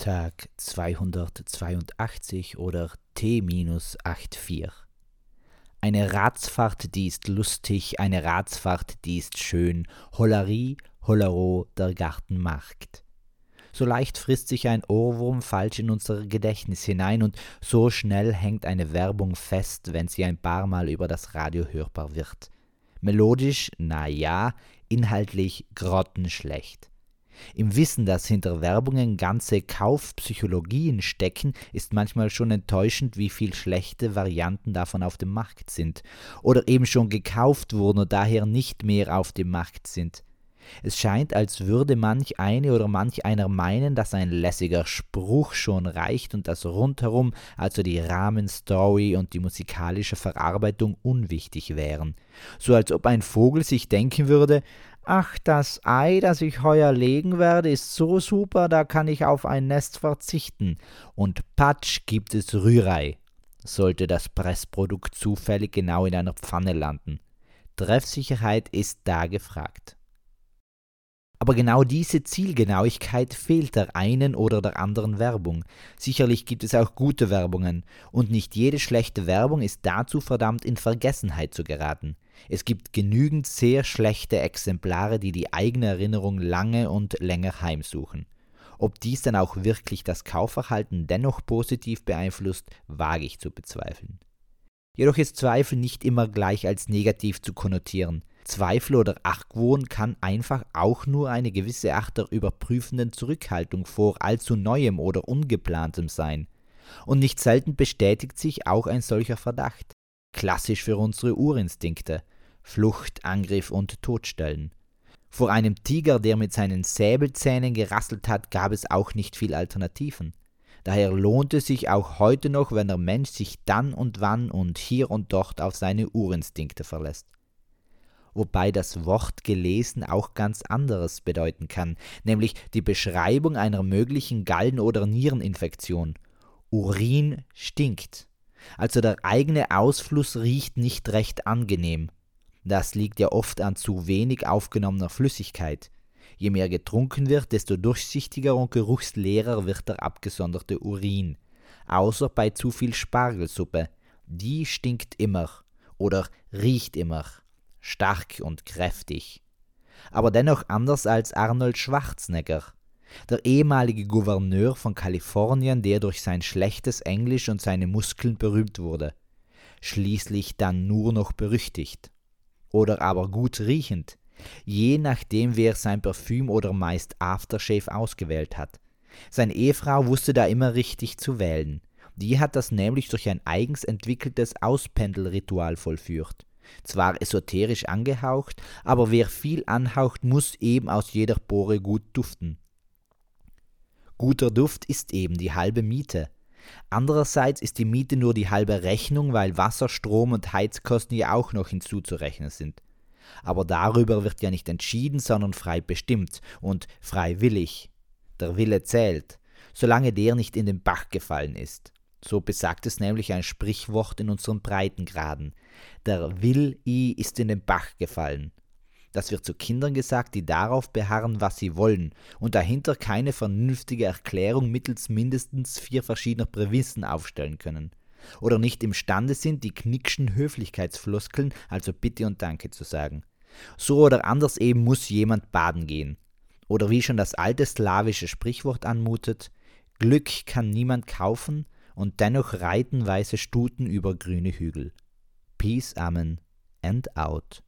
Tag 282 oder T-84. Eine Ratsfahrt, die ist lustig, eine Ratsfahrt, die ist schön, Hollerie, Hollero, der Gartenmarkt. So leicht frisst sich ein Ohrwurm falsch in unser Gedächtnis hinein und so schnell hängt eine Werbung fest, wenn sie ein paar Mal über das Radio hörbar wird. Melodisch, na ja, inhaltlich grottenschlecht. Im Wissen, dass hinter Werbungen ganze Kaufpsychologien stecken, ist manchmal schon enttäuschend, wie viel schlechte Varianten davon auf dem Markt sind oder eben schon gekauft wurden und daher nicht mehr auf dem Markt sind. Es scheint, als würde manch eine oder manch einer meinen, dass ein lässiger Spruch schon reicht und das rundherum, also die Rahmenstory und die musikalische Verarbeitung, unwichtig wären. So als ob ein Vogel sich denken würde: ach, das Ei, das ich heuer legen werde, ist so super, da kann ich auf ein Nest verzichten. Und patsch gibt es Rührei, sollte das Pressprodukt zufällig genau in einer Pfanne landen. Treffsicherheit ist da gefragt. Aber genau diese Zielgenauigkeit fehlt der einen oder der anderen Werbung. Sicherlich gibt es auch gute Werbungen, und nicht jede schlechte Werbung ist dazu verdammt, in Vergessenheit zu geraten. Es gibt genügend sehr schlechte Exemplare, die die eigene Erinnerung lange und länger heimsuchen. Ob dies dann auch wirklich das Kaufverhalten dennoch positiv beeinflusst, wage ich zu bezweifeln. Jedoch ist Zweifel nicht immer gleich als negativ zu konnotieren. Zweifel oder Argwohn kann einfach auch nur eine gewisse Art der überprüfenden Zurückhaltung vor allzu Neuem oder Ungeplantem sein. Und nicht selten bestätigt sich auch ein solcher Verdacht. Klassisch für unsere Urinstinkte: Flucht, Angriff und Todstellen. Vor einem Tiger, der mit seinen Säbelzähnen gerasselt hat, gab es auch nicht viel Alternativen. Daher lohnt es sich auch heute noch, wenn der Mensch sich dann und wann und hier und dort auf seine Urinstinkte verlässt. Wobei das Wort gelesen auch ganz anderes bedeuten kann, nämlich die Beschreibung einer möglichen Gallen- oder Niereninfektion. Urin stinkt. Also der eigene Ausfluss riecht nicht recht angenehm. Das liegt ja oft an zu wenig aufgenommener Flüssigkeit. Je mehr getrunken wird, desto durchsichtiger und geruchsleerer wird der abgesonderte Urin. Außer bei zu viel Spargelsuppe. Die stinkt immer oder riecht immer. Stark und kräftig. Aber dennoch anders als Arnold Schwarzenegger, der ehemalige Gouverneur von Kalifornien, der durch sein schlechtes Englisch und seine Muskeln berühmt wurde. Schließlich dann nur noch berüchtigt. Oder aber gut riechend, je nachdem wer sein Parfüm oder meist Aftershave ausgewählt hat. Seine Ehefrau wusste da immer richtig zu wählen. Die hat das nämlich durch ein eigens entwickeltes Auspendelritual vollführt. Zwar esoterisch angehaucht, aber wer viel anhaucht, muss eben aus jeder Pore gut duften. Guter Duft ist eben die halbe Miete. Andererseits ist die Miete nur die halbe Rechnung, weil Wasser, Strom und Heizkosten ja auch noch hinzuzurechnen sind. Aber darüber wird ja nicht entschieden, sondern frei bestimmt und freiwillig. Der Wille zählt, solange der nicht in den Bach gefallen ist. So besagt es nämlich ein Sprichwort in unseren Breitengraden. Der Will-I ist in den Bach gefallen. Das wird zu Kindern gesagt, die darauf beharren, was sie wollen und dahinter keine vernünftige Erklärung mittels mindestens 4 verschiedener Prämissen aufstellen können. Oder nicht imstande sind, die knickschen Höflichkeitsfloskeln, also Bitte und Danke, zu sagen. So oder anders eben muss jemand baden gehen. Oder wie schon das alte slawische Sprichwort anmutet: Glück kann niemand kaufen, und dennoch reiten weiße Stuten über grüne Hügel. Peace, Amen and out.